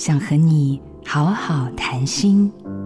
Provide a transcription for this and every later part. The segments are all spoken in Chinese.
想和你好好谈心。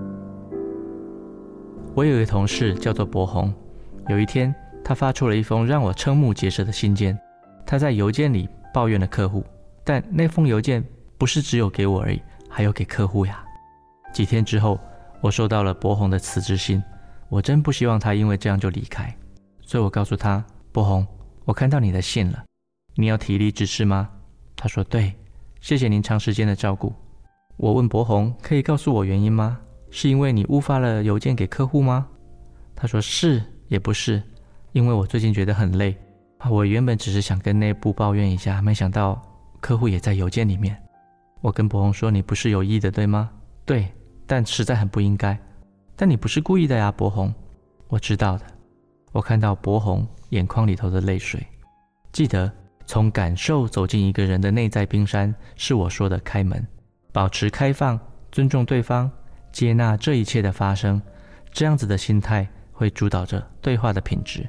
我有一个同事叫做博宏，有一天他发出了一封让我瞠目结舌的信件。他在邮件里抱怨了客户，但那封邮件不是只有给我而已，还有给客户呀。几天之后，我收到了博宏的辞职信，我真不希望他因为这样就离开，所以我告诉他，博宏，我看到你的信了，你要提离职是吗？他说对，谢谢您长时间的照顾。我问博宏，可以告诉我原因吗？是因为你误发了邮件给客户吗？他说是也不是，因为我最近觉得很累，我原本只是想跟内部抱怨一下，没想到客户也在邮件里面。我跟博宏说，你不是有意的对吗？对，但实在很不应该。但你不是故意的呀，博宏。我知道的。我看到博宏眼眶里头的泪水。记得从感受走进一个人的内在冰山，是我说的开门。保持开放，尊重对方，接纳这一切的发生，这样子的心态会主导着对话的品质。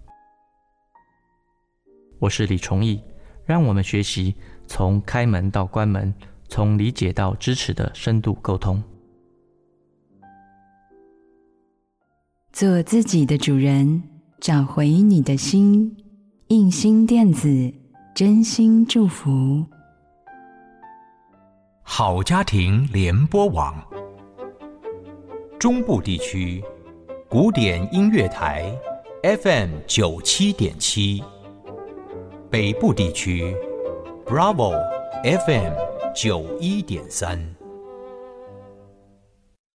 我是李崇义，让我们学习从开门到关门，从理解到支持的深度沟通。 做自己的主人，找回你的心。映心电子真心祝福。 好家庭联播网，中部地区古典音乐台 FM97.7， 北部地区 Bravo FM91.3。